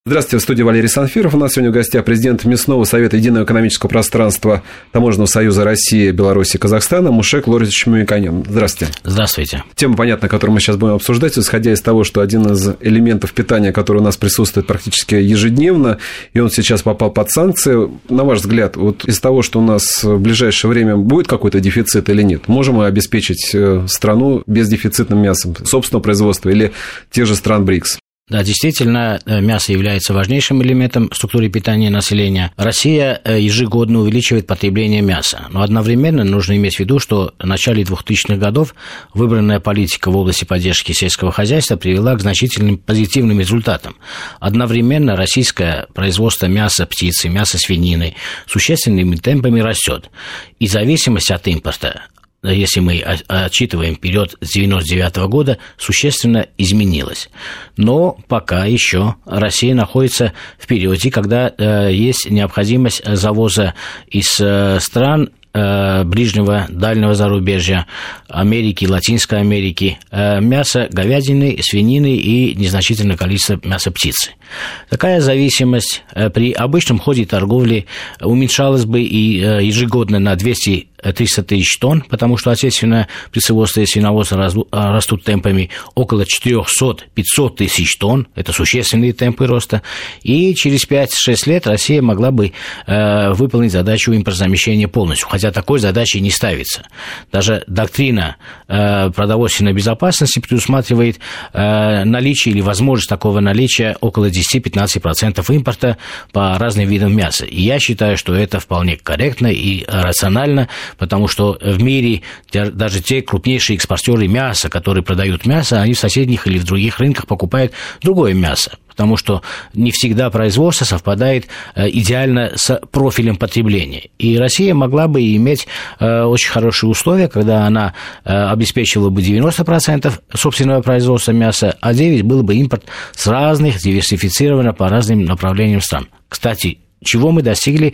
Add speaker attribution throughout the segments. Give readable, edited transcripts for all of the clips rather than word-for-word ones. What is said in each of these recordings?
Speaker 1: Здравствуйте, в студии Валерий Санфиров. У нас сегодня в гостях президент Мясного совета Единого экономического пространства Таможенного союза России, Беларуси и Казахстана Мушек Лорисович Мумиканян. Здравствуйте.
Speaker 2: Здравствуйте.
Speaker 1: Тема, понятно, которую мы сейчас будем обсуждать, исходя из того, что один из элементов питания, который у нас присутствует практически ежедневно, и он сейчас попал под санкции. На ваш взгляд, вот из того, что у нас в ближайшее время будет какой-то дефицит или нет, можем мы обеспечить страну бездефицитным мясом собственного производства или тех же стран БРИКС?
Speaker 2: Да, действительно, мясо является важнейшим элементом структуры питания населения. Россия ежегодно увеличивает потребление мяса, но одновременно нужно иметь в виду, что в начале 2000-х годов выбранная политика в области поддержки сельского хозяйства привела к значительным позитивным результатам. Одновременно российское производство мяса птицы, мяса свинины существенными темпами растет, и зависимость от импорта, если мы отчитываем период с 1999 года, существенно изменилась. Но пока еще Россия находится в периоде, когда есть необходимость завоза из стран ближнего, дальнего зарубежья, Америки, Латинской Америки, мяса говядины, свинины и незначительное количество мяса птицы. Такая зависимость при обычном ходе торговли уменьшалась бы и ежегодно на 200-300 тысяч тонн, потому что отечественное производство и свиноводство растут темпами около 400-500 тысяч тонн, это существенные темпы роста, и через 5-6 лет Россия могла бы выполнить задачу импортозамещения полностью, хотя такой задачи не ставится. Даже доктрина продовольственной безопасности предусматривает наличие или возможность такого наличия около 10-15% импорта по разным видам мяса. И я считаю, что это вполне корректно и рационально, потому что в мире даже те крупнейшие экспортеры мяса, которые продают мясо, они в соседних или в других рынках покупают другое мясо, потому что не всегда производство совпадает идеально с профилем потребления. И Россия могла бы иметь очень хорошие условия, когда она обеспечивала бы 90% собственного производства мяса, а 9% был бы импорт с разных, диверсифицированно по разным направлениям стран. Кстати, чего мы достигли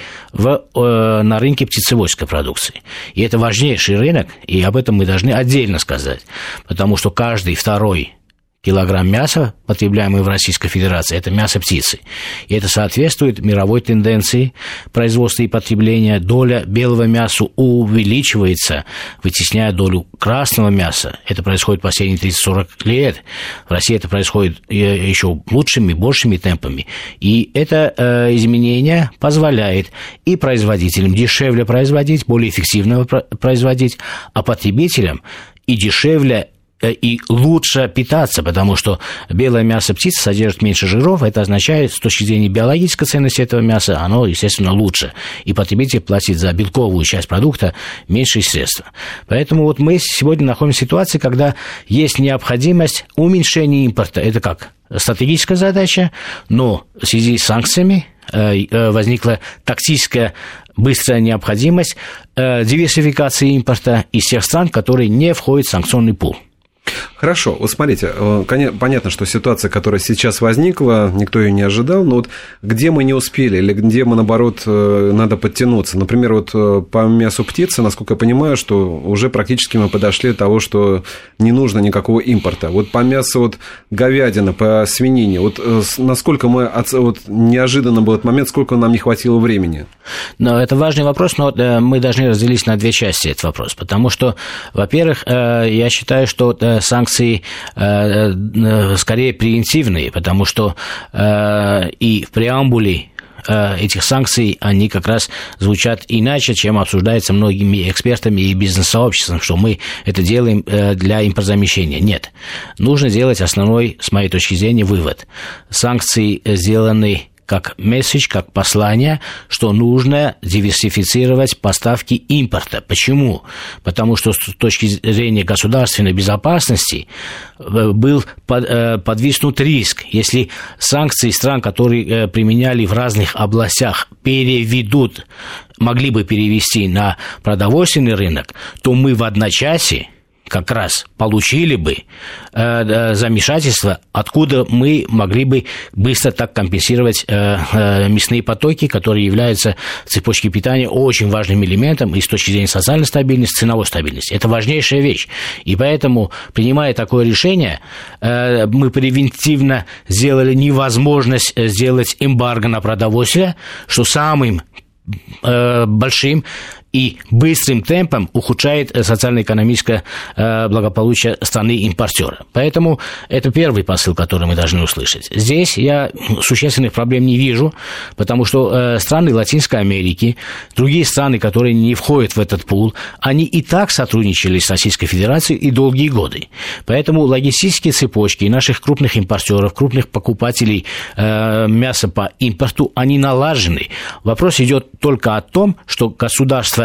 Speaker 2: на рынке птицеводческой продукции. И это важнейший рынок, и об этом мы должны отдельно сказать, потому что каждый второй килограмм мяса, потребляемый в Российской Федерации, это мясо птицы. И это соответствует мировой тенденции производства и потребления. Доля белого мяса увеличивается, вытесняя долю красного мяса. Это происходит последние 30-40 лет. В России это происходит еще лучшими, большими темпами. И это изменение позволяет и производителям дешевле производить, более эффективно производить, а потребителям и дешевле и лучше питаться, потому что белое мясо птицы содержит меньше жиров, это означает, с точки зрения биологической ценности этого мяса, оно, естественно, лучше, и потребитель платит за белковую часть продукта меньшие средства. Поэтому вот мы сегодня находимся в ситуации, когда есть необходимость уменьшения импорта, это как стратегическая задача, но в связи с санкциями возникла тактическая быстрая необходимость диверсификации импорта из тех стран, которые не входят в санкционный пул.
Speaker 1: Хорошо, вот смотрите, понятно, что ситуация, которая сейчас возникла, никто ее не ожидал, но вот где мы не успели или где мы, наоборот, надо подтянуться? Например, вот по мясу птицы, насколько я понимаю, что уже практически мы подошли до того, что не нужно никакого импорта. Вот по мясу вот говядина, по свинине, вот насколько мы, вот неожиданно был этот момент, сколько нам не хватило времени?
Speaker 2: Но это важный вопрос, но мы должны разделить на две части этот вопрос, потому что, во-первых, я считаю, что санкции скорее превентивные, потому что и в преамбуле этих санкций, они как раз звучат иначе, чем обсуждается многими экспертами и бизнес-сообществом, что мы это делаем для импортозамещения. Нет. Нужно делать основной, с моей точки зрения, вывод. Санкции сделаны как месседж, как послание, что нужно диверсифицировать поставки импорта. Почему? Потому что с точки зрения государственной безопасности был подвиснут риск. Если санкции стран, которые применяли в разных областях, могли бы перевести на продовольственный рынок, то мы в одночасье как раз получили бы замешательство, откуда мы могли бы быстро так компенсировать мясные потоки, которые являются в цепочке питания очень важным элементом и с точки зрения социальной стабильности, ценовой стабильности. Это важнейшая вещь. И поэтому, принимая такое решение, мы превентивно сделали невозможность сделать эмбарго на продовольствие, что самым большим и быстрым темпом ухудшает социально-экономическое благополучие страны-импортера. Поэтому это первый посыл, который мы должны услышать. Здесь я существенных проблем не вижу, потому что страны Латинской Америки, другие страны, которые не входят в этот пул, они и так сотрудничали с Российской Федерацией и долгие годы. Поэтому логистические цепочки наших крупных импортеров, крупных покупателей мяса по импорту, они налажены. Вопрос идет только о том, что государство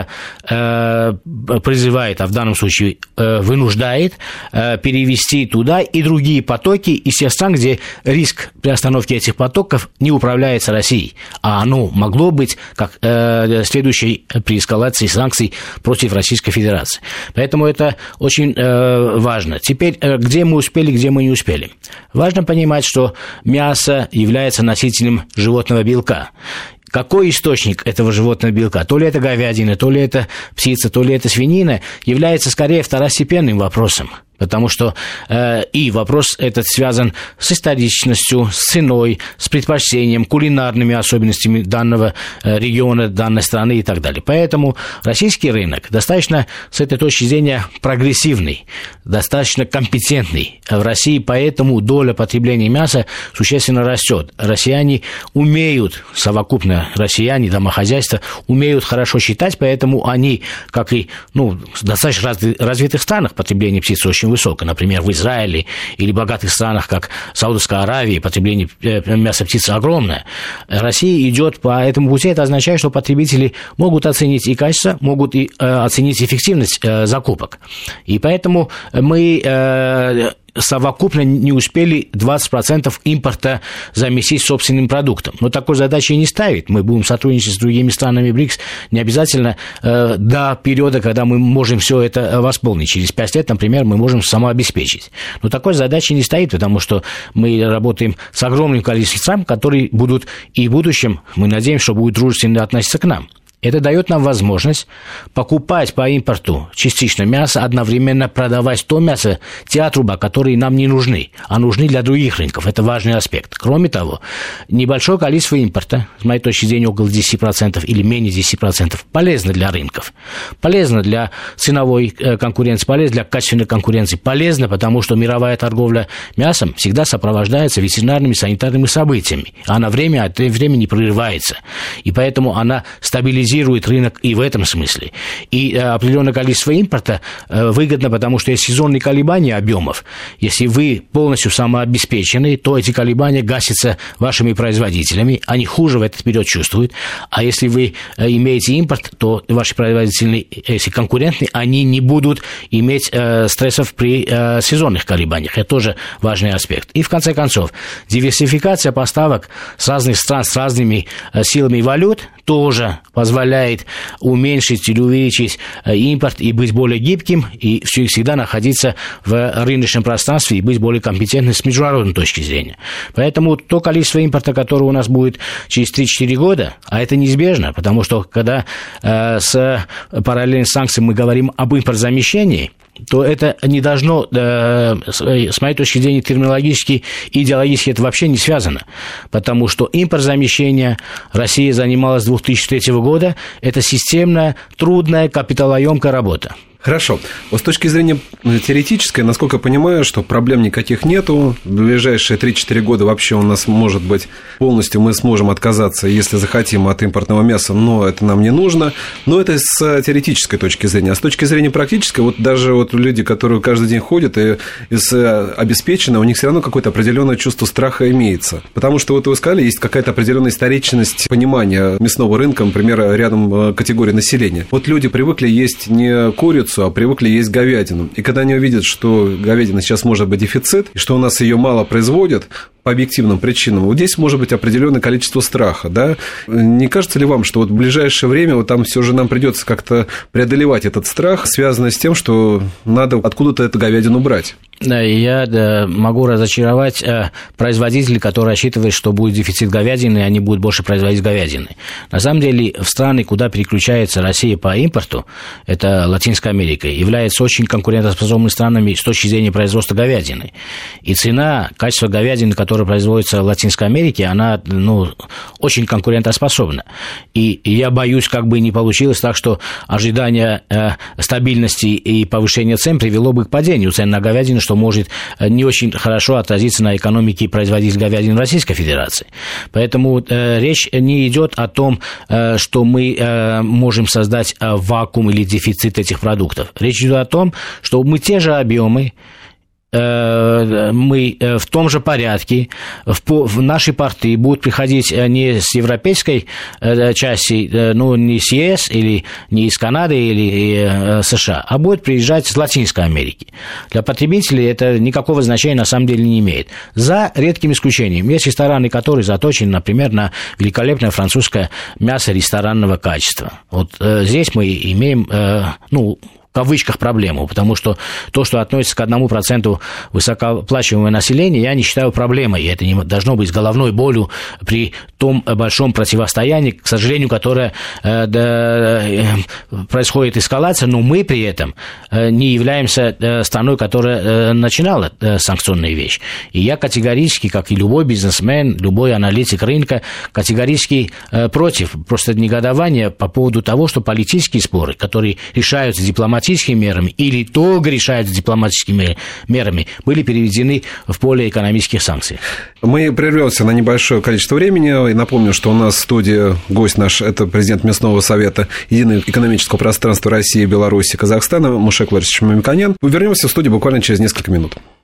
Speaker 2: призывает, а в данном случае вынуждает перевести туда и другие потоки из тех стран, где риск приостановки этих потоков не управляется Россией, а оно могло быть как следующей при эскалации санкций против Российской Федерации. Поэтому это очень важно. Теперь, где мы успели, где мы не успели. Важно понимать, что мясо является носителем животного белка. Какой источник этого животного белка, то ли это говядина, то ли это птица, то ли это свинина, является скорее второстепенным вопросом. Потому что и вопрос этот связан с историчностью, с ценой, с предпочтением, кулинарными особенностями данного региона, данной страны и так далее. Поэтому российский рынок достаточно, с этой точки зрения, прогрессивный, достаточно компетентный. В России поэтому доля потребления мяса существенно растет. Россияне умеют, совокупно россияне, домохозяйства, умеют хорошо считать, поэтому они, как и в достаточно развитых странах, потребление птицы очень высокое. Например, в Израиле или богатых странах, как Саудовская Аравия, потребление мяса птицы огромное. Россия идет по этому пути. Это означает, что потребители могут оценить и качество, могут и оценить эффективность закупок. И поэтому мы совокупно не успели 20% импорта заместить собственным продуктом. Но такой задачи не ставит. Мы будем сотрудничать с другими странами БРИКС не обязательно до периода, когда мы можем все это восполнить. Через 5 лет, например, мы можем самообеспечить. Но такой задачи не стоит, потому что мы работаем с огромным количеством стран, которые будут и в будущем, мы надеемся, что будут дружественно относиться к нам. Это дает нам возможность покупать по импорту частично мясо, одновременно продавать то мясо, те отруба, которые нам не нужны, а нужны для других рынков. Это важный аспект. Кроме того, небольшое количество импорта, с моей точки зрения, около 10% или менее 10%, полезно для рынков, полезно для ценовой конкуренции, полезно для качественной конкуренции, полезно, потому что мировая торговля мясом всегда сопровождается ветеринарными, санитарными событиями. Она время от времени не прерывается. И поэтому она стабилизирует рынок и в этом смысле. И определенное количество импорта выгодно, потому что есть сезонные колебания объемов. Если вы полностью самообеспечены, то эти колебания гасятся вашими производителями, они хуже в этот период чувствуют. А если вы имеете импорт, то ваши производители, если конкурентны, они не будут иметь стрессов при сезонных колебаниях. Это тоже важный аспект. И в конце концов, диверсификация поставок с разных стран, с разными силами валют тоже позволяет уменьшить или увеличить импорт и быть более гибким, и всегда находиться в рыночном пространстве и быть более компетентным с международной точки зрения. Поэтому то количество импорта, которое у нас будет через 3-4 года, а это неизбежно, потому что когда с параллельно с санкциями мы говорим об импортозамещении, то это не должно, с моей точки зрения, терминологически и идеологически это вообще не связано, потому что импортозамещение Россия занималась с 2003 года, это системная, трудная, капиталоемкая работа.
Speaker 1: Хорошо. Вот с точки зрения теоретической, насколько я понимаю, что проблем никаких нету. В ближайшие 3-4 года вообще у нас, может быть, полностью мы сможем отказаться, если захотим, от импортного мяса, но это нам не нужно. Но это с теоретической точки зрения. А с точки зрения практической, вот даже вот люди, которые каждый день ходят и обеспечены, у них все равно какое-то определенное чувство страха имеется. Потому что, вот вы сказали, есть какая-то определенная историчность понимания мясного рынка, например, рядом категории населения. Вот люди привыкли есть не курицу, а привыкли есть говядину. И когда они увидят, что говядина сейчас может быть дефицит, и что у нас ее мало производят, по объективным причинам, вот здесь может быть определенное количество страха, да? Не кажется ли вам, что вот в ближайшее время вот там все же нам придется как-то преодолевать этот страх, связанный с тем, что надо откуда-то эту говядину брать?
Speaker 2: Да, я могу разочаровать производителей, которые рассчитывают, что будет дефицит говядины, и они будут больше производить говядины. На самом деле, в страны, куда переключается Россия по импорту, это Латинская Америка, является очень конкурентоспособными странами с точки зрения производства говядины. И цена, качество говядины, которая производится в Латинской Америке, она очень конкурентоспособна. И я боюсь, как бы не получилось так, что ожидание стабильности и повышения цен привело бы к падению цен на говядину, что может не очень хорошо отразиться на экономике производителей говядины в Российской Федерации. Поэтому речь не идет о том, что мы можем создать вакуум или дефицит этих продуктов. Речь идет о том, что мы те же объемы, мы в том же порядке, в наши порты будут приходить не с европейской части, не с ЕС, или не из Канады или США, а будут приезжать с Латинской Америки. Для потребителей это никакого значения на самом деле не имеет. За редким исключением. Есть рестораны, которые заточены, например, на великолепное французское мясо ресторанного качества. Вот здесь мы имеем, в кавычках проблему, потому что то, что относится к 1% высокооплачиваемого населения, я не считаю проблемой, и это не должно быть головной болью при том большом противостоянии, к сожалению, которое происходит эскалация, но мы при этом не являемся страной, которая начинала санкционные вещи. И я категорически, как и любой бизнесмен, любой аналитик рынка, категорически против просто негодования по поводу того, что политические споры, которые решаются дипломатическими мерами или долго решаются дипломатическими мерами, были переведены в поле экономических санкций.
Speaker 1: Мы прервемся на небольшое количество времени. И напомню, что у нас в студии гость наш, это президент Местного совета Единого экономического пространства России, Беларуси, Казахстана Мушек Ларисович Мамиканян. Мы вернемся в студию буквально через несколько минут.